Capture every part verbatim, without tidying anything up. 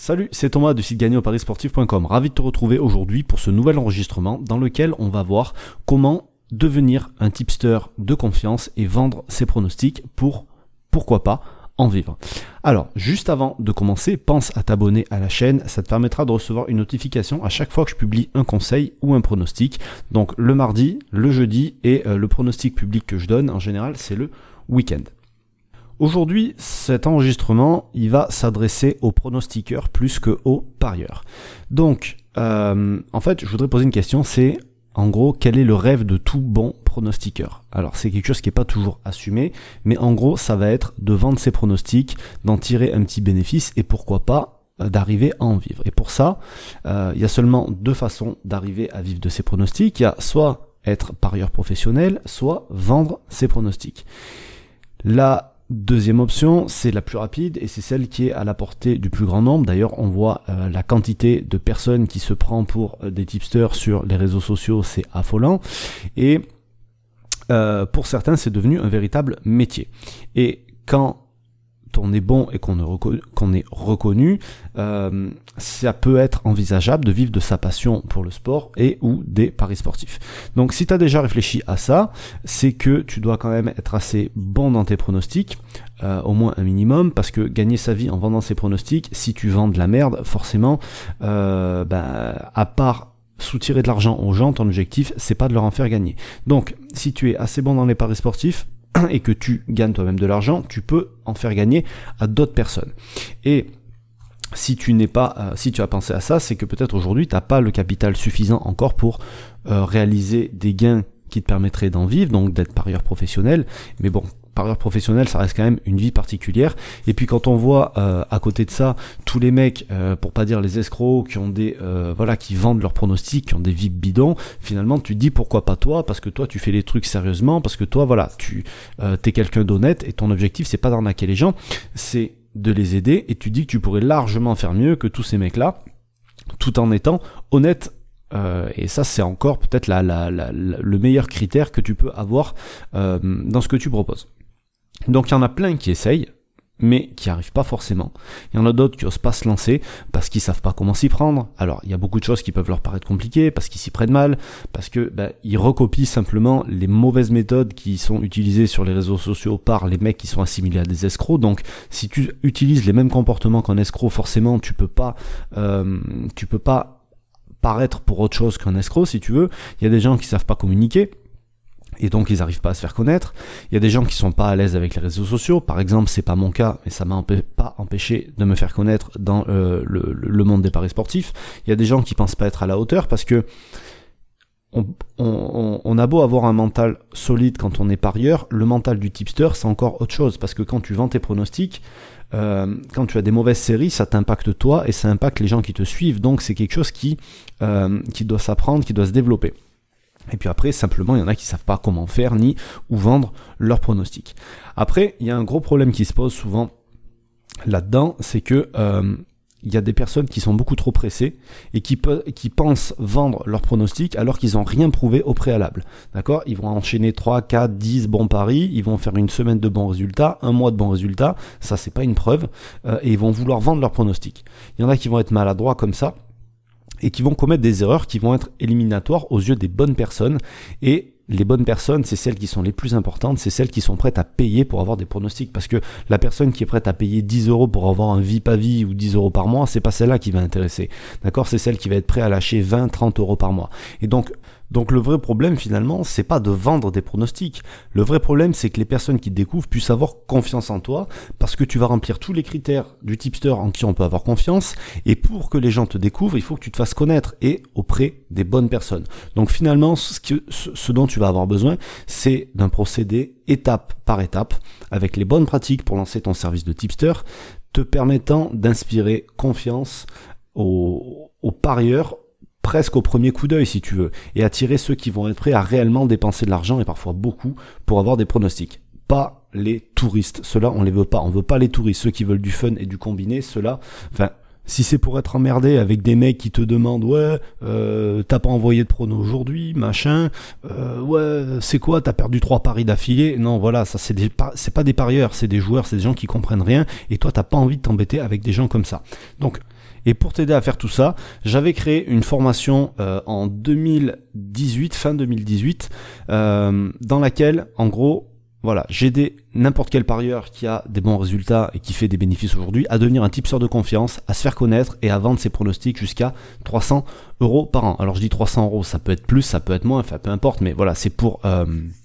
Salut, c'est Thomas du site gagner au paris sportif point com. Ravi de te retrouver aujourd'hui pour ce nouvel enregistrement dans lequel on va voir comment devenir un tipster de confiance et vendre ses pronostics pour, pourquoi pas, en vivre. Alors, juste avant de commencer, pense à t'abonner à la chaîne, ça te permettra de recevoir une notification à chaque fois que je publie un conseil ou un pronostic. Donc le mardi, le jeudi et euh, le pronostic public que je donne, en général, c'est le week-end. Aujourd'hui, cet enregistrement, il va s'adresser aux pronostiqueurs plus qu'aux parieurs. Donc, euh, en fait, je voudrais poser une question, c'est en gros, quel est le rêve de tout bon pronostiqueur? Alors, c'est quelque chose qui n'est pas toujours assumé, mais en gros, ça va être de vendre ses pronostics, d'en tirer un petit bénéfice et pourquoi pas euh, d'arriver à en vivre. Et pour ça, euh, il y a seulement deux façons d'arriver à vivre de ses pronostics. Il y a soit être parieur professionnel, soit vendre ses pronostics. La deuxième option, c'est la plus rapide et c'est celle qui est à la portée du plus grand nombre. D'ailleurs, on voit euh, la quantité de personnes qui se prend pour euh, des tipsters sur les réseaux sociaux, c'est affolant. Et euh, pour certains, c'est devenu un véritable métier. Et quand on est bon et qu'on est reconnu, qu'on est reconnu euh, ça peut être envisageable de vivre de sa passion pour le sport et ou des paris sportifs. Donc si tu as déjà réfléchi à ça, c'est que tu dois quand même être assez bon dans tes pronostics, euh, au moins un minimum, parce que gagner sa vie en vendant ses pronostics, si tu vends de la merde, forcément, euh, bah, à part soutirer de l'argent aux gens, ton objectif, c'est pas de leur en faire gagner. Donc si tu es assez bon dans les paris sportifs, et que tu gagnes toi-même de l'argent, tu peux en faire gagner à d'autres personnes. Et si tu n'es pas, euh, si tu as pensé à ça, c'est que peut-être aujourd'hui tu n'as pas le capital suffisant encore pour euh, réaliser des gains qui te permettraient d'en vivre, donc d'être parieur professionnel. Mais bon, parieur professionnel, ça reste quand même une vie particulière. Et puis quand on voit euh, à côté de ça tous les mecs, euh, pour pas dire les escrocs, qui ont des, euh, voilà, qui vendent leurs pronostics, qui ont des vies bidons, finalement tu te dis pourquoi pas toi, parce que toi tu fais les trucs sérieusement, parce que toi voilà, tu euh, t'es quelqu'un d'honnête et ton objectif c'est pas d'arnaquer les gens, c'est de les aider. Et tu dis que tu pourrais largement faire mieux que tous ces mecs-là, tout en étant honnête. Euh, et ça c'est encore peut-être la, la, la, la, le meilleur critère que tu peux avoir euh, dans ce que tu proposes. Donc il y en a plein qui essayent, mais qui n'y arrivent pas forcément. Il y en a d'autres qui n'osent pas se lancer parce qu'ils savent pas comment s'y prendre. Alors il y a beaucoup de choses qui peuvent leur paraître compliquées, parce qu'ils s'y prennent mal, parce que bah, ils recopient simplement les mauvaises méthodes qui sont utilisées sur les réseaux sociaux par les mecs qui sont assimilés à des escrocs. Donc si tu utilises les mêmes comportements qu'un escroc, forcément tu peux pas, euh, tu peux pas paraître pour autre chose qu'un escroc si tu veux. Il y a des gens qui savent pas communiquer et donc ils n'arrivent pas à se faire connaître. Il y a des gens qui sont pas à l'aise avec les réseaux sociaux, par exemple c'est pas mon cas, mais ça m'a empê- pas empêché de me faire connaître dans euh, le, le monde des paris sportifs. Il y a des gens qui pensent pas être à la hauteur parce que on, on, on a beau avoir un mental solide quand on est parieur, le mental du tipster c'est encore autre chose, parce que quand tu vends tes pronostics, Euh, quand tu as des mauvaises séries, ça t'impacte toi et ça impacte les gens qui te suivent, donc c'est quelque chose qui, euh, qui doit s'apprendre, qui doit se développer. Et puis après, simplement, il y en a qui savent pas comment faire ni où vendre leurs pronostics. Après, il y a un gros problème qui se pose souvent là-dedans, c'est que euh, il y a des personnes qui sont beaucoup trop pressées et qui, pe- qui pensent vendre leurs pronostics alors qu'ils n'ont rien prouvé au préalable. D'accord ? Ils vont enchaîner trois, quatre, dix bons paris, ils vont faire une semaine de bons résultats, un mois de bons résultats, ça c'est pas une preuve, euh, et ils vont vouloir vendre leurs pronostics. Il y en a qui vont être maladroits comme ça et qui vont commettre des erreurs qui vont être éliminatoires aux yeux des bonnes personnes. Et les bonnes personnes, c'est celles qui sont les plus importantes, c'est celles qui sont prêtes à payer pour avoir des pronostics. Parce que la personne qui est prête à payer dix euros pour avoir un vie pas vie ou dix euros par mois, c'est pas celle-là qui va intéresser. D'accord ? C'est celle qui va être prête à lâcher vingt, trente euros par mois. Et donc, donc le vrai problème finalement, c'est pas de vendre des pronostics. Le vrai problème, c'est que les personnes qui te découvrent puissent avoir confiance en toi, parce que tu vas remplir tous les critères du tipster en qui on peut avoir confiance. Et pour que les gens te découvrent, il faut que tu te fasses connaître et auprès des bonnes personnes. Donc finalement, ce, que, ce dont tu vas avoir besoin, c'est d'un procédé étape par étape, avec les bonnes pratiques pour lancer ton service de tipster, te permettant d'inspirer confiance aux, aux parieurs, presque au premier coup d'œil si tu veux, et attirer ceux qui vont être prêts à réellement dépenser de l'argent, et parfois beaucoup, pour avoir des pronostics. Pas les touristes, ceux-là on les veut pas, on veut pas les touristes, ceux qui veulent du fun et du combiné, ceux-là, enfin, si c'est pour être emmerdé avec des mecs qui te demandent ouais euh, t'as pas envoyé de prono aujourd'hui, machin, euh, ouais c'est quoi, t'as perdu trois paris d'affilée, non voilà, ça c'est des c'est pas des parieurs, c'est des joueurs, c'est des gens qui comprennent rien, et toi t'as pas envie de t'embêter avec des gens comme ça. Donc Et pour t'aider à faire tout ça, j'avais créé une formation euh, en deux mille dix-huit, fin deux mille dix-huit, euh, dans laquelle, en gros, voilà, j'ai aidé n'importe quel parieur qui a des bons résultats et qui fait des bénéfices aujourd'hui à devenir un tipster de confiance, à se faire connaître et à vendre ses pronostics jusqu'à trois cents euros par an. Alors je dis trois cents euros, ça peut être plus, ça peut être moins, enfin peu importe, mais voilà, c'est pour, euh,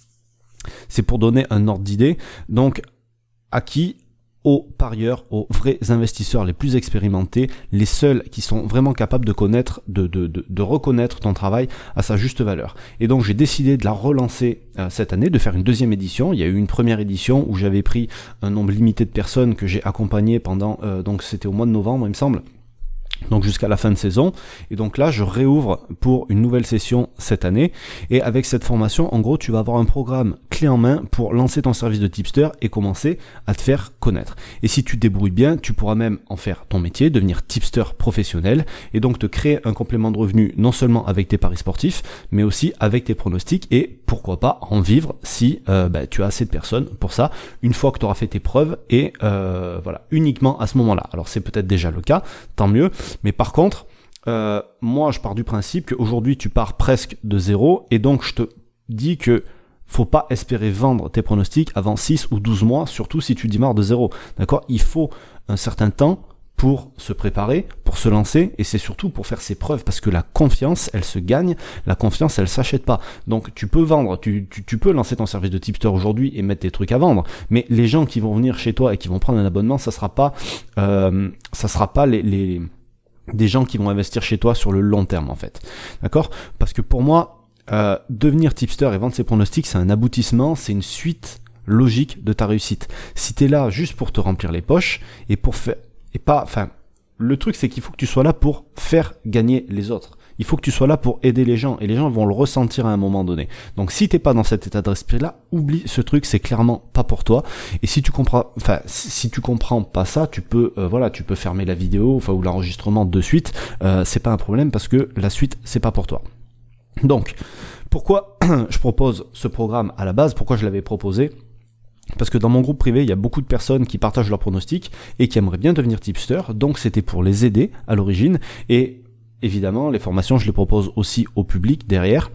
c'est pour donner un ordre d'idée. Donc, à qui ? Aux parieurs, aux vrais investisseurs les plus expérimentés, les seuls qui sont vraiment capables de connaître, de, de, de, de reconnaître ton travail à sa juste valeur. Et donc j'ai décidé de la relancer euh, cette année, de faire une deuxième édition. Il y a eu une première édition où j'avais pris un nombre limité de personnes que j'ai accompagnées pendant, euh, donc c'était au mois de novembre il me semble, donc jusqu'à la fin de saison. Et donc là je réouvre pour une nouvelle session cette année, et avec cette formation en gros tu vas avoir un programme clé en main pour lancer ton service de tipster et commencer à te faire connaître. Et si tu te débrouilles bien, tu pourras même en faire ton métier, devenir tipster professionnel, et donc te créer un complément de revenu non seulement avec tes paris sportifs mais aussi avec tes pronostics, et pourquoi pas en vivre si euh, bah, tu as assez de personnes pour ça, une fois que tu auras fait tes preuves, et euh, voilà, uniquement à ce moment-là. Alors c'est peut-être déjà le cas, tant mieux. Mais par contre, euh, moi je pars du principe qu'aujourd'hui tu pars presque de zéro, et donc je te dis que faut pas espérer vendre tes pronostics avant six ou douze mois, surtout si tu démarres de zéro. D'accord ? Il faut un certain temps pour se préparer, pour se lancer, et c'est surtout pour faire ses preuves, parce que la confiance, elle se gagne, la confiance, elle s'achète pas. Donc tu peux vendre, tu, tu, tu peux lancer ton service de tipster aujourd'hui et mettre tes trucs à vendre, mais les gens qui vont venir chez toi et qui vont prendre un abonnement, ça sera pas, euh, ça sera pas les, les des gens qui vont investir chez toi sur le long terme en fait. D'accord ? Parce que pour moi, euh, devenir tipster et vendre ses pronostics, c'est un aboutissement, c'est une suite logique de ta réussite. Si t'es là juste pour te remplir les poches et pour faire, et pas, enfin, le truc c'est qu'il faut que tu sois là pour faire gagner les autres. Il faut que tu sois là pour aider les gens, et les gens vont le ressentir à un moment donné. Donc si t'es pas dans cet état d'esprit-là, oublie ce truc, c'est clairement pas pour toi. Et si tu comprends, enfin si tu comprends pas ça, tu peux, euh, voilà, tu peux fermer la vidéo, enfin ou l'enregistrement de suite. Euh, c'est pas un problème parce que la suite c'est pas pour toi. Donc pourquoi je propose ce programme à la base, pourquoi je l'avais proposé? Parce que dans mon groupe privé, il y a beaucoup de personnes qui partagent leurs pronostics et qui aimeraient bien devenir tipster. Donc c'était pour les aider à l'origine, et évidemment, les formations, je les propose aussi au public derrière,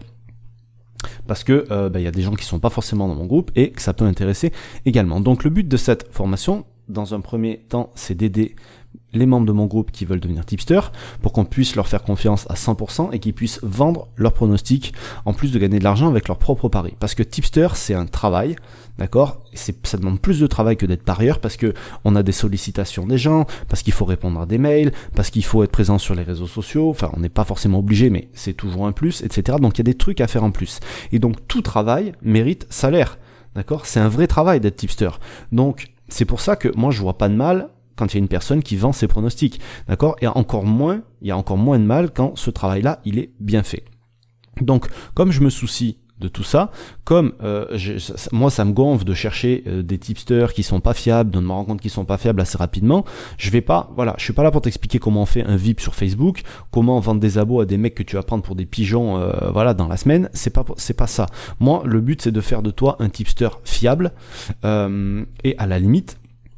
parce que euh, bah, y a des gens qui sont pas forcément dans mon groupe et que ça peut intéresser également. Donc le but de cette formation, dans un premier temps, c'est d'aider les membres de mon groupe qui veulent devenir tipster, pour qu'on puisse leur faire confiance à cent pour cent et qu'ils puissent vendre leurs pronostics, en plus de gagner de l'argent avec leurs propres paris. Parce que tipster, c'est un travail, d'accord ? C'est, ça demande plus de travail que d'être parieur, parce que on a des sollicitations des gens, parce qu'il faut répondre à des mails, parce qu'il faut être présent sur les réseaux sociaux, enfin on n'est pas forcément obligé, mais c'est toujours un plus, et cetera. Donc il y a des trucs à faire en plus. Et donc tout travail mérite salaire, d'accord ? C'est un vrai travail d'être tipster. Donc c'est pour ça que moi je vois pas de mal quand il y a une personne qui vend ses pronostics, d'accord ? Et encore moins, il y a encore moins de mal quand ce travail-là, il est bien fait. Donc, comme je me soucie de tout ça, comme euh, je, ça, moi ça me gonfle de chercher euh, des tipsters qui sont pas fiables, de me rendre compte qu'ils sont pas fiables assez rapidement, je vais pas, voilà, je suis pas là pour t'expliquer comment on fait un V I P sur Facebook, comment vendre des abos à des mecs que tu vas prendre pour des pigeons, euh, voilà, dans la semaine, c'est pas, c'est pas ça. Moi, le but c'est de faire de toi un tipster fiable, euh, et à la limite,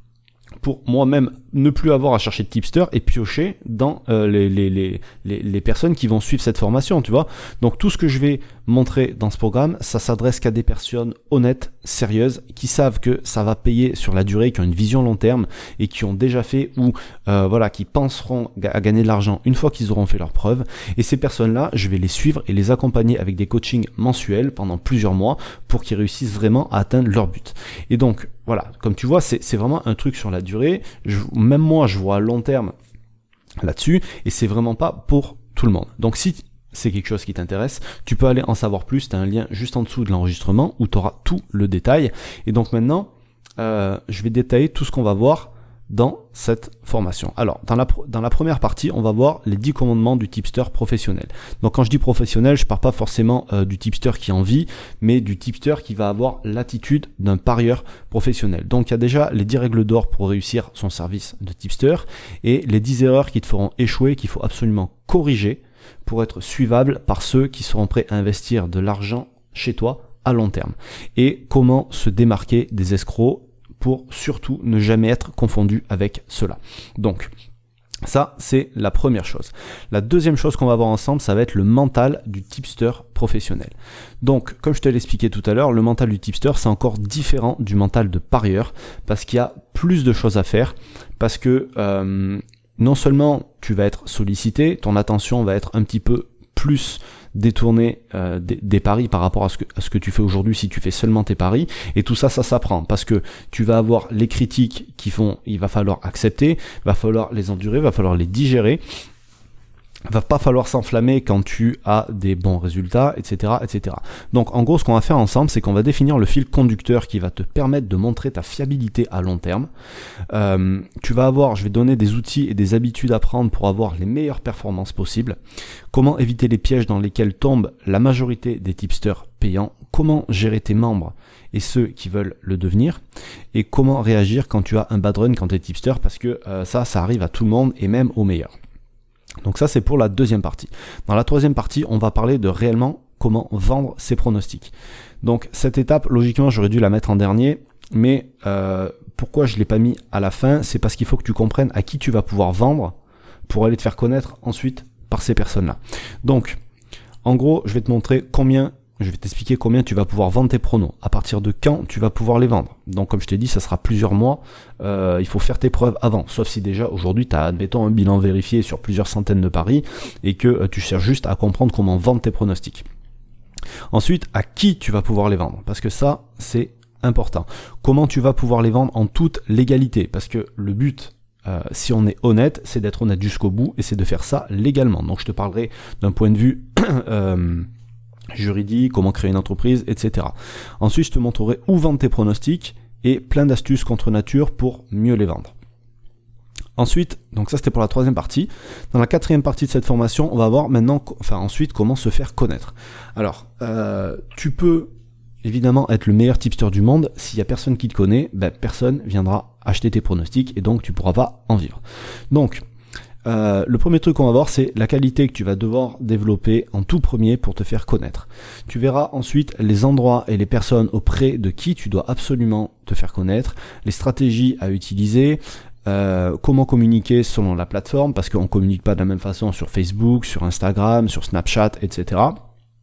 pour moi-même ne plus avoir à chercher de tipster et piocher dans euh, les, les, les, les, les personnes qui vont suivre cette formation, tu vois. Donc tout ce que je vais montrer dans ce programme, ça s'adresse qu'à des personnes honnêtes, sérieuses, qui savent que ça va payer sur la durée, qui ont une vision long terme et qui ont déjà fait, ou euh, voilà, qui penseront à gagner de l'argent une fois qu'ils auront fait leurs preuves. Et ces personnes-là, je vais les suivre et les accompagner avec des coachings mensuels pendant plusieurs mois pour qu'ils réussissent vraiment à atteindre leur but. Et donc voilà, comme tu vois, c'est, c'est vraiment un truc sur la durée. Je, même moi, je vois à long terme là-dessus, et c'est vraiment pas pour tout le monde. Donc si c'est quelque chose qui t'intéresse, tu peux aller en savoir plus, tu as un lien juste en dessous de l'enregistrement où tu auras tout le détail. Et donc maintenant, euh, je vais détailler tout ce qu'on va voir dans cette formation. Alors, dans la, dans la première partie, on va voir les dix commandements du tipster professionnel. Donc quand je dis professionnel, je ne parle pas forcément euh, du tipster qui en vit, mais du tipster qui va avoir l'attitude d'un parieur professionnel. Donc il y a déjà les dix règles d'or pour réussir son service de tipster, et les dix erreurs qui te feront échouer, qu'il faut absolument corriger pour être suivable par ceux qui seront prêts à investir de l'argent chez toi à long terme. Et comment se démarquer des escrocs pour surtout ne jamais être confondu avec cela. Donc, Ça, c'est la première chose. La deuxième chose qu'on va voir ensemble, ça va être le mental du tipster professionnel. Donc, comme je te l'ai expliqué tout à l'heure, le mental du tipster, c'est encore différent du mental de parieur, parce qu'il y a plus de choses à faire, parce que euh, non seulement tu vas être sollicité, ton attention va être un petit peu plus détourner euh, des, des paris par rapport à ce, que, à ce que tu fais aujourd'hui si tu fais seulement tes paris, et tout ça, ça s'apprend, parce que tu vas avoir les critiques qui font, il va falloir accepter, il va falloir les endurer, il va falloir les digérer, il va pas falloir s'enflammer quand tu as des bons résultats, et cetera, et cetera. Donc en gros, ce qu'on va faire ensemble, c'est qu'on va définir le fil conducteur qui va te permettre de montrer ta fiabilité à long terme. Euh, tu vas avoir, je vais donner des outils et des habitudes à prendre pour avoir les meilleures performances possibles. Comment éviter les pièges dans lesquels tombe la majorité des tipsters payants. Comment gérer tes membres et ceux qui veulent le devenir. Et comment réagir quand tu as un bad run quand tu es tipster, parce que euh, ça, ça arrive à tout le monde et même aux meilleurs. Donc ça, c'est pour la deuxième partie. Dans la troisième partie, on va parler de réellement comment vendre ses pronostics. Donc cette étape, logiquement, j'aurais dû la mettre en dernier, mais euh, pourquoi je ne l'ai pas mis à la fin? C'est parce qu'il faut que tu comprennes à qui tu vas pouvoir vendre pour aller te faire connaître ensuite par ces personnes-là. Donc, en gros, je vais te montrer combien, je vais t'expliquer combien tu vas pouvoir vendre tes pronos, à partir de quand tu vas pouvoir les vendre. Donc comme je t'ai dit, ça sera plusieurs mois, euh, il faut faire tes preuves avant, sauf si déjà aujourd'hui tu as, admettons, un bilan vérifié sur plusieurs centaines de paris et que euh, tu cherches juste à comprendre comment vendre tes pronostics. Ensuite, à qui tu vas pouvoir les vendre, parce que ça, c'est important. Comment tu vas pouvoir les vendre en toute légalité, parce que le but, Euh, si on est honnête, c'est d'être honnête jusqu'au bout et c'est de faire ça légalement. Donc je te parlerai d'un point de vue euh, juridique, comment créer une entreprise, et cetera. Ensuite, je te montrerai où vendre tes pronostics et plein d'astuces contre nature pour mieux les vendre. Ensuite, donc ça c'était pour la troisième partie. Dans la quatrième partie de cette formation, on va voir maintenant, enfin ensuite, comment se faire connaître. Alors, euh, tu peux évidemment être le meilleur tipster du monde, s'il y a personne qui te connaît, ben personne viendra acheter tes pronostics et donc tu pourras pas en vivre. Donc euh, le premier truc qu'on va voir, c'est la qualité que tu vas devoir développer en tout premier pour te faire connaître. Tu verras ensuite les endroits et les personnes auprès de qui tu dois absolument te faire connaître, les stratégies à utiliser, Euh, comment communiquer selon la plateforme, parce qu'on communique pas de la même façon sur Facebook, sur Instagram, sur Snapchat, et cetera.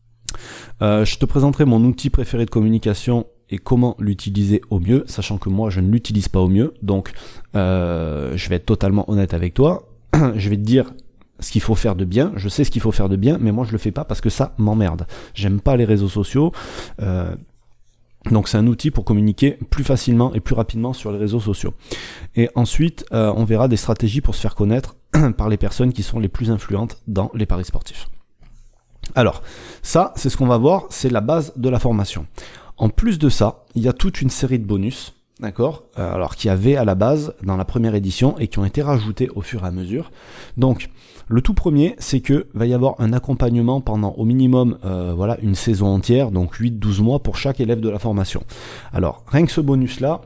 Euh, je te présenterai mon outil préféré de communication et comment l'utiliser au mieux, sachant que moi je ne l'utilise pas au mieux, donc euh, je vais être totalement honnête avec toi. Je vais te dire ce qu'il faut faire de bien, je sais ce qu'il faut faire de bien, mais moi je le fais pas parce que ça m'emmerde. J'aime pas les réseaux sociaux, euh, donc c'est un outil pour communiquer plus facilement et plus rapidement sur les réseaux sociaux. Et ensuite, euh, on verra des stratégies pour se faire connaître par les personnes qui sont les plus influentes dans les paris sportifs. Alors, ça, c'est ce qu'on va voir, c'est la base de la formation. En plus de ça, il y a toute une série de bonus, d'accord, euh, alors qu'il y avait à la base dans la première édition et qui ont été rajoutés au fur et à mesure. Donc, le tout premier, c'est que va y avoir un accompagnement pendant au minimum, euh, voilà, une saison entière, donc huit à douze mois pour chaque élève de la formation. Alors, rien que ce bonus-là,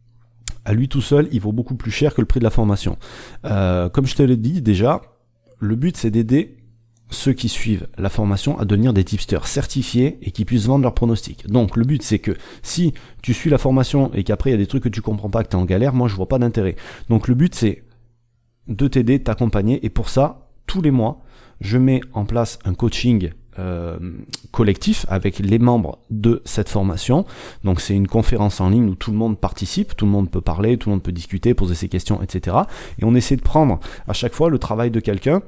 à lui tout seul, il vaut beaucoup plus cher que le prix de la formation. Euh, comme je te l'ai dit déjà, le but c'est d'aider ceux qui suivent la formation à devenir des tipsters certifiés et qui puissent vendre leurs pronostics. Donc le but c'est que si tu suis la formation et qu'après il y a des trucs que tu comprends pas, que tu es en galère, moi je vois pas d'intérêt. Donc le but c'est de t'aider, de t'accompagner, et pour ça, tous les mois, je mets en place un coaching euh, collectif avec les membres de cette formation. Donc c'est une conférence en ligne où tout le monde participe, tout le monde peut parler, tout le monde peut discuter, poser ses questions, et cetera. Et on essaie de prendre à chaque fois le travail de quelqu'un,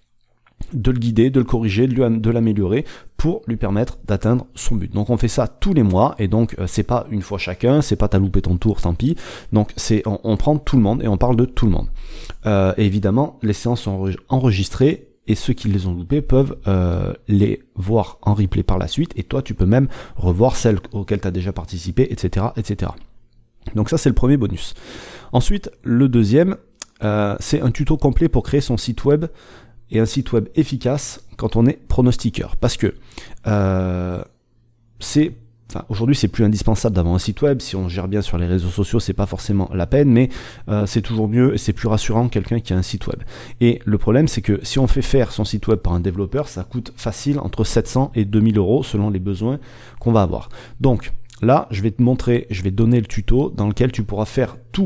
de le guider, de le corriger, de l'améliorer pour lui permettre d'atteindre son but. Donc on fait ça tous les mois, et donc euh, c'est pas une fois chacun, c'est pas t'as loupé ton tour, tant pis. Donc c'est on, on prend tout le monde et on parle de tout le monde. Euh, et évidemment, les séances sont enregistrées et ceux qui les ont loupées peuvent euh, les voir en replay par la suite, et toi tu peux même revoir celles auxquelles tu as déjà participé, et cetera, et cetera. Donc ça c'est le premier bonus. Ensuite, le deuxième, euh, c'est un tuto complet pour créer son site web, et un site web efficace quand on est pronostiqueur, parce que euh, c'est, enfin aujourd'hui c'est plus indispensable d'avoir un site web. Si on gère bien sur les réseaux sociaux, c'est pas forcément la peine, mais euh, c'est toujours mieux et c'est plus rassurant quelqu'un qui a un site web. Et le problème c'est que si on fait faire son site web par un développeur, ça coûte facile entre sept cents et deux mille euros selon les besoins qu'on va avoir. Donc là je vais te montrer, je vais te donner le tuto dans lequel tu pourras faire tout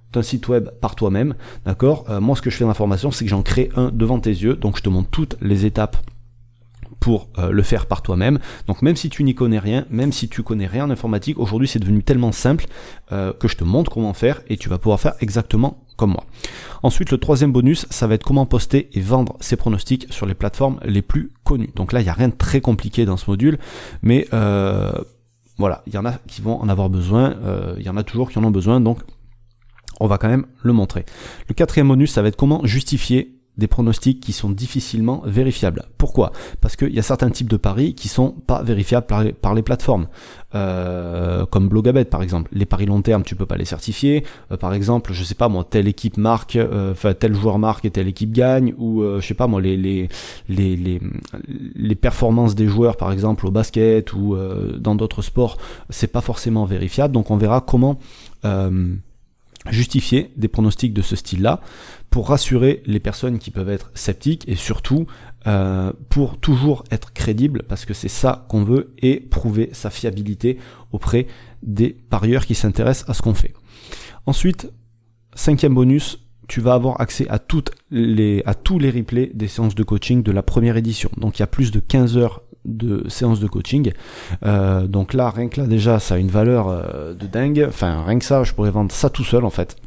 un site web par toi-même, d'accord. Euh, moi, ce que je fais dans la formation, c'est que j'en crée un devant tes yeux, donc je te montre toutes les étapes pour euh, le faire par toi-même. Donc même si tu n'y connais rien, même si tu connais rien en informatique, aujourd'hui c'est devenu tellement simple euh, que je te montre comment faire et tu vas pouvoir faire exactement comme moi. Ensuite, le troisième bonus, ça va être comment poster et vendre ses pronostics sur les plateformes les plus connues. Donc là, il n'y a rien de très compliqué dans ce module, mais euh, voilà, il y en a qui vont en avoir besoin, euh, il y en a toujours qui en ont besoin, donc on va quand même le montrer. Le quatrième bonus, ça va être comment justifier des pronostics qui sont difficilement vérifiables. Pourquoi ? Parce qu'il y a certains types de paris qui sont pas vérifiables par les, par les plateformes, euh, comme Blogabet par exemple. Les paris long terme, tu peux pas les certifier. Euh, par exemple, je sais pas moi, telle équipe marque, enfin euh, tel joueur marque et telle équipe gagne, ou euh, je sais pas moi, les les les les les performances des joueurs par exemple au basket ou euh, dans d'autres sports, c'est pas forcément vérifiable. Donc on verra comment euh, justifier des pronostics de ce style-là pour rassurer les personnes qui peuvent être sceptiques et surtout euh, pour toujours être crédible, parce que c'est ça qu'on veut, et prouver sa fiabilité auprès des parieurs qui s'intéressent à ce qu'on fait. Ensuite, cinquième bonus, tu vas avoir accès à toutes les à tous les replays des séances de coaching de la première édition. Donc il y a plus de quinze heures de séances de coaching. Euh, donc là, rien que là déjà, ça a une valeur euh, de dingue. Enfin, rien que ça, je pourrais vendre ça tout seul en fait.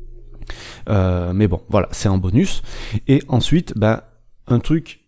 Euh, mais bon, voilà, c'est un bonus. Et ensuite, ben, un truc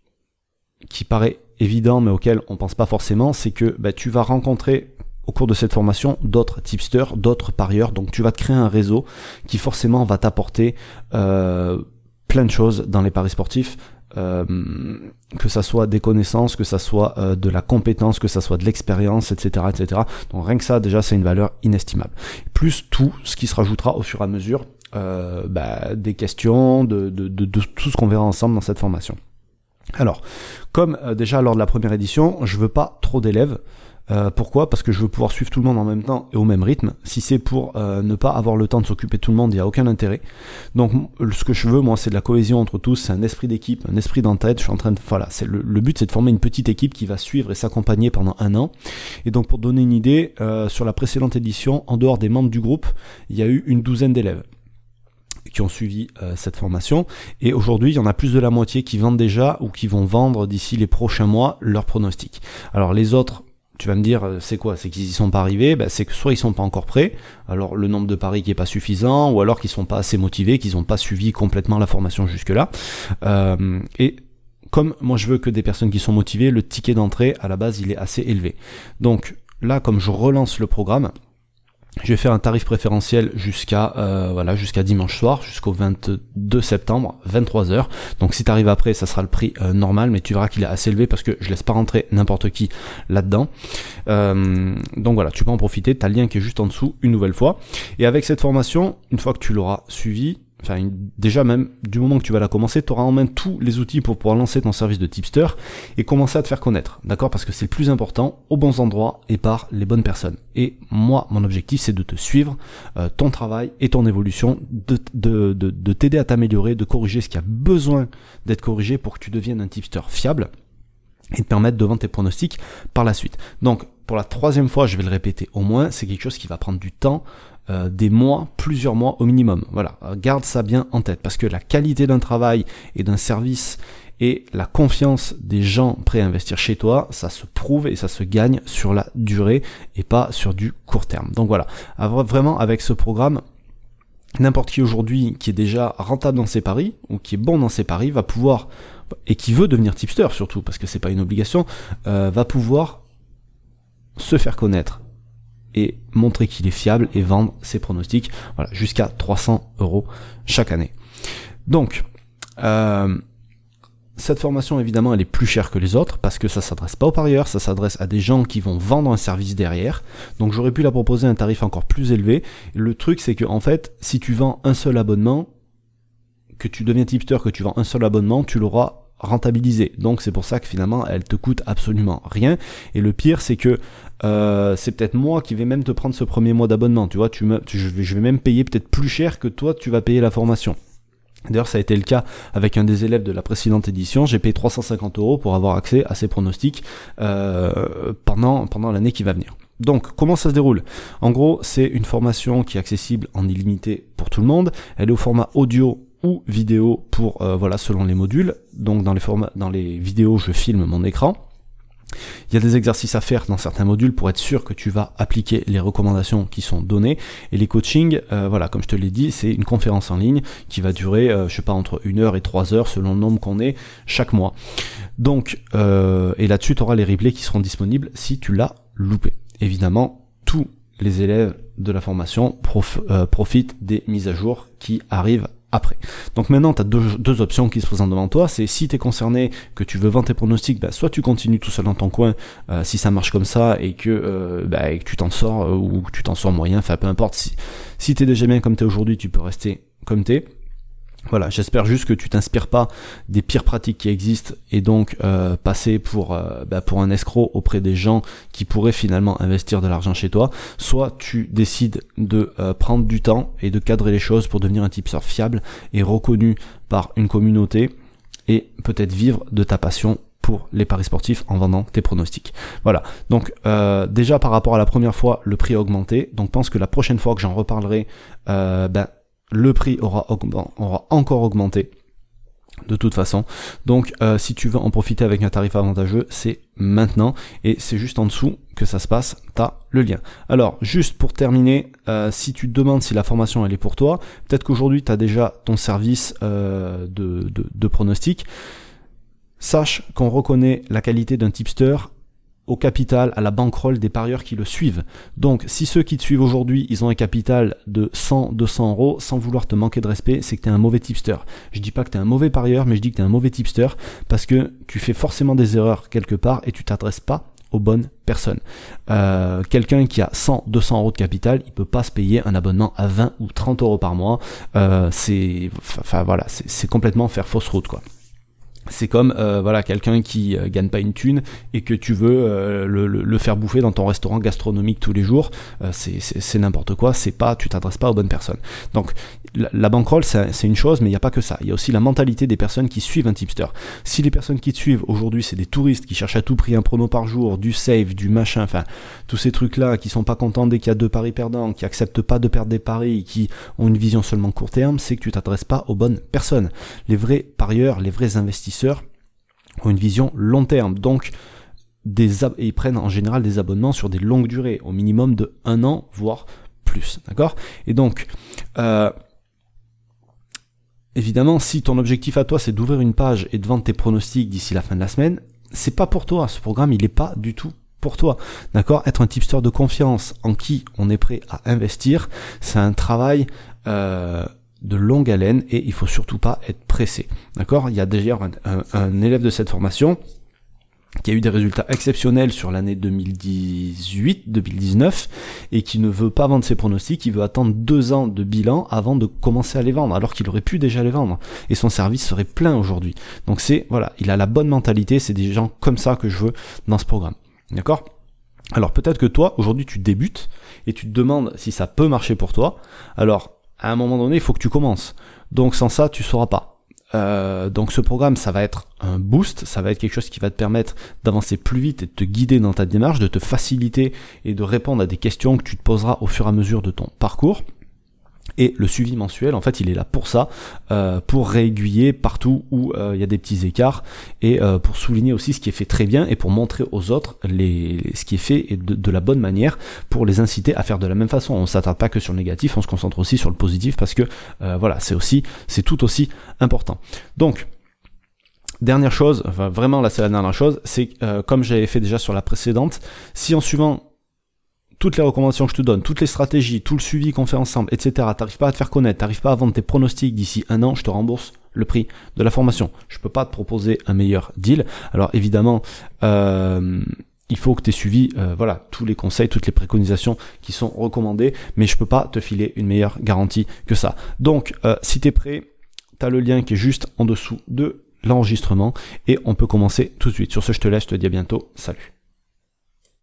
qui paraît évident, mais auquel on pense pas forcément, c'est que ben, tu vas rencontrer au cours de cette formation d'autres tipsters, d'autres parieurs. Donc tu vas te créer un réseau qui forcément va t'apporter euh, plein de choses dans les paris sportifs. Euh, que ça soit des connaissances, que ça soit euh, de la compétence, que ça soit de l'expérience, et cetera, et cetera. Donc rien que ça, déjà, c'est une valeur inestimable. Plus tout ce qui se rajoutera au fur et à mesure euh, bah, des questions, de, de, de, de tout ce qu'on verra ensemble dans cette formation. Alors, comme euh, déjà lors de la première édition, je veux pas trop d'élèves. Euh, pourquoi ? Parce que je veux pouvoir suivre tout le monde en même temps et au même rythme. Si c'est pour euh, ne pas avoir le temps de s'occuper de tout le monde, il n'y a aucun intérêt. Donc ce que je veux, moi, c'est de la cohésion entre tous, c'est un esprit d'équipe, un esprit d'entraide. Je suis en train de, voilà, c'est le, le but, c'est de former une petite équipe qui va suivre et s'accompagner pendant un an. Et donc pour donner une idée, euh, sur la précédente édition, en dehors des membres du groupe, il y a eu une douzaine d'élèves qui ont suivi euh, cette formation, et aujourd'hui il y en a plus de la moitié qui vendent déjà ou qui vont vendre d'ici les prochains mois leurs pronostics. Alors les autres, tu vas me dire, c'est quoi ? C'est qu'ils y sont pas arrivés, ben, c'est que soit ils sont pas encore prêts, alors le nombre de paris qui est pas suffisant, ou alors qu'ils sont pas assez motivés, qu'ils ont pas suivi complètement la formation jusque-là. Euh, et comme moi je veux que des personnes qui sont motivées, le ticket d'entrée à la base il est assez élevé. Donc là, comme je relance le programme, je vais faire un tarif préférentiel jusqu'à euh, voilà jusqu'à dimanche soir, jusqu'au vingt-deux septembre, vingt-trois heures. Donc si tu arrives après, ça sera le prix euh, normal, mais tu verras qu'il est assez élevé parce que je laisse pas rentrer n'importe qui là-dedans. Euh, donc voilà, tu peux en profiter, tu as le lien qui est juste en dessous une nouvelle fois. Et avec cette formation, une fois que tu l'auras suivi, enfin une, déjà même du moment que tu vas la commencer, tu auras en main tous les outils pour pouvoir lancer ton service de tipster et commencer à te faire connaître, d'accord ? Parce que c'est le plus important, aux bons endroits et par les bonnes personnes. Et moi, mon objectif, c'est de te suivre, euh, ton travail et ton évolution, de, de, de, de t'aider à t'améliorer, de corriger ce qui a besoin d'être corrigé pour que tu deviennes un tipster fiable et te permettre de vendre tes pronostics par la suite. Donc, pour la troisième fois, je vais le répéter au moins, c'est quelque chose qui va prendre du temps, Euh, des mois, plusieurs mois au minimum. Voilà, garde ça bien en tête, parce que la qualité d'un travail et d'un service et la confiance des gens prêts à investir chez toi, ça se prouve et ça se gagne sur la durée et pas sur du court terme. Donc voilà, vraiment avec ce programme, n'importe qui aujourd'hui qui est déjà rentable dans ses paris ou qui est bon dans ses paris va pouvoir, et qui veut devenir tipster surtout, parce que c'est pas une obligation, euh, va pouvoir se faire connaître et montrer qu'il est fiable et vendre ses pronostics, voilà, jusqu'à trois cents euros chaque année. Donc, euh, cette formation, évidemment, elle est plus chère que les autres, parce que ça s'adresse pas aux parieurs, ça s'adresse à des gens qui vont vendre un service derrière. Donc j'aurais pu la proposer un tarif encore plus élevé. Le truc, c'est que, en fait, si tu vends un seul abonnement, que tu deviens tipster, que tu vends un seul abonnement, tu l'auras rentabilisé. Donc c'est pour ça que finalement elle te coûte absolument rien. Et le pire, c'est que euh, c'est peut-être moi qui vais même te prendre ce premier mois d'abonnement. Tu vois, tu me, tu, je, vais, je vais même payer peut-être plus cher que toi tu vas payer la formation. D'ailleurs, ça a été le cas avec un des élèves de la précédente édition. J'ai payé trois cent cinquante euros pour avoir accès à ces pronostics euh, pendant pendant l'année qui va venir. Donc, comment ça se déroule? En gros, c'est une formation qui est accessible en illimité pour tout le monde. Elle est au format audio ou vidéo pour, euh, voilà, selon les modules. Donc, dans les formats, dans les vidéos, je filme mon écran. Il y a des exercices à faire dans certains modules pour être sûr que tu vas appliquer les recommandations qui sont données. Et les coachings, euh, voilà, comme je te l'ai dit, c'est une conférence en ligne qui va durer, euh, je sais pas, entre une heure et trois heures selon le nombre qu'on est chaque mois. Donc, euh, et là-dessus, tu auras les replays qui seront disponibles si tu l'as loupé. Évidemment, tous les élèves de la formation prof, euh, profitent des mises à jour qui arrivent après. Donc maintenant, tu as deux, deux options qui se présentent devant toi. C'est si tu es concerné, que tu veux vendre tes pronostics, bah, soit tu continues tout seul dans ton coin, euh, si ça marche comme ça, et que, euh, bah, et que tu t'en sors, euh, ou que tu t'en sors moyen, enfin peu importe. Si, si tu es déjà bien comme tu es aujourd'hui, tu peux rester comme tu es. Voilà, j'espère juste que tu t'inspires pas des pires pratiques qui existent et donc euh, passer pour euh, bah, pour un escroc auprès des gens qui pourraient finalement investir de l'argent chez toi. Soit tu décides de euh, prendre du temps et de cadrer les choses pour devenir un tipster fiable et reconnu par une communauté et peut-être vivre de ta passion pour les paris sportifs en vendant tes pronostics. Voilà, donc euh, déjà par rapport à la première fois, le prix a augmenté, donc pense que la prochaine fois que j'en reparlerai, euh, ben le prix aura, aura encore augmenté de toute façon. Donc euh, si tu veux en profiter avec un tarif avantageux, c'est maintenant, et c'est juste en dessous que ça se passe, t'as le lien. Alors juste pour terminer, euh, si tu te demandes si la formation elle est pour toi, peut-être qu'aujourd'hui tu as déjà ton service euh, de, de, de pronostic, sache qu'on reconnaît la qualité d'un tipster au capital, à la bankroll des parieurs qui le suivent. Donc, si ceux qui te suivent aujourd'hui, ils ont un capital de cent, deux cents euros, sans vouloir te manquer de respect, c'est que tu es un mauvais tipster. Je dis pas que tu es un mauvais parieur, mais je dis que tu es un mauvais tipster parce que tu fais forcément des erreurs quelque part et tu t'adresses pas aux bonnes personnes. Euh, quelqu'un qui a cent, deux cents euros de capital, il peut pas se payer un abonnement à vingt ou trente euros par mois. Euh, c'est, enfin voilà, c'est, c'est complètement faire fausse route, quoi. C'est comme euh, voilà quelqu'un qui euh, gagne pas une thune et que tu veux euh, le, le, le faire bouffer dans ton restaurant gastronomique tous les jours, euh, c'est, c'est, c'est n'importe quoi, c'est pas, tu t'adresses pas aux bonnes personnes. Donc la, la bankroll c'est, c'est une chose, mais il n'y a pas que ça, il y a aussi la mentalité des personnes qui suivent un tipster. Si les personnes qui te suivent aujourd'hui c'est des touristes qui cherchent à tout prix un prono par jour, du save, du machin, enfin tous ces trucs là, qui sont pas contents dès qu'il y a deux paris perdants, qui acceptent pas de perdre des paris, qui ont une vision seulement court terme, c'est que tu t'adresses pas aux bonnes personnes. Les vrais parieurs, les vrais investisseurs ont une vision long terme, donc des ab- et ils prennent en général des abonnements sur des longues durées, au minimum de un an, voire plus, d'accord? Et donc, euh, évidemment, si ton objectif à toi c'est d'ouvrir une page et de vendre tes pronostics d'ici la fin de la semaine, c'est pas pour toi, ce programme il est pas du tout pour toi, d'accord? Être un tipster de confiance en qui on est prêt à investir, c'est un travail euh, de longue haleine et il faut surtout pas être pressé, d'accord? Il y a d'ailleurs un, un, un élève de cette formation qui a eu des résultats exceptionnels sur l'année deux mille dix-huit deux mille dix-neuf et qui ne veut pas vendre ses pronostics, il veut attendre deux ans de bilan avant de commencer à les vendre, alors qu'il aurait pu déjà les vendre et son service serait plein aujourd'hui. Donc c'est, voilà, il a la bonne mentalité, c'est des gens comme ça que je veux dans ce programme, d'accord? Alors peut-être que toi, aujourd'hui tu débutes et tu te demandes si ça peut marcher pour toi, alors à un moment donné, il faut que tu commences. Donc sans ça, tu sauras pas. Euh, donc ce programme, ça va être un boost, ça va être quelque chose qui va te permettre d'avancer plus vite et de te guider dans ta démarche, de te faciliter et de répondre à des questions que tu te poseras au fur et à mesure de ton parcours. Et le suivi mensuel, en fait, il est là pour ça, euh, pour réaiguiller partout où il euh, y a des petits écarts et euh, pour souligner aussi ce qui est fait très bien et pour montrer aux autres les, les, ce qui est fait et de, de la bonne manière pour les inciter à faire de la même façon. On ne s'attarde pas que sur le négatif, on se concentre aussi sur le positif parce que euh, voilà, c'est aussi, c'est tout aussi important. Donc, dernière chose, enfin vraiment là c'est la dernière chose, c'est euh, comme j'avais fait déjà sur la précédente, si en suivant toutes les recommandations que je te donne, toutes les stratégies, tout le suivi qu'on fait ensemble, et cetera, t'arrives pas à te faire connaître, t'arrives pas à vendre tes pronostics d'ici un an, je te rembourse le prix de la formation. Je peux pas te proposer un meilleur deal. Alors évidemment, euh, il faut que tu aies suivi euh, voilà, tous les conseils, toutes les préconisations qui sont recommandées, mais je peux pas te filer une meilleure garantie que ça. Donc, euh, si tu es prêt, tu as le lien qui est juste en dessous de l'enregistrement et on peut commencer tout de suite. Sur ce, je te laisse, je te dis à bientôt. Salut.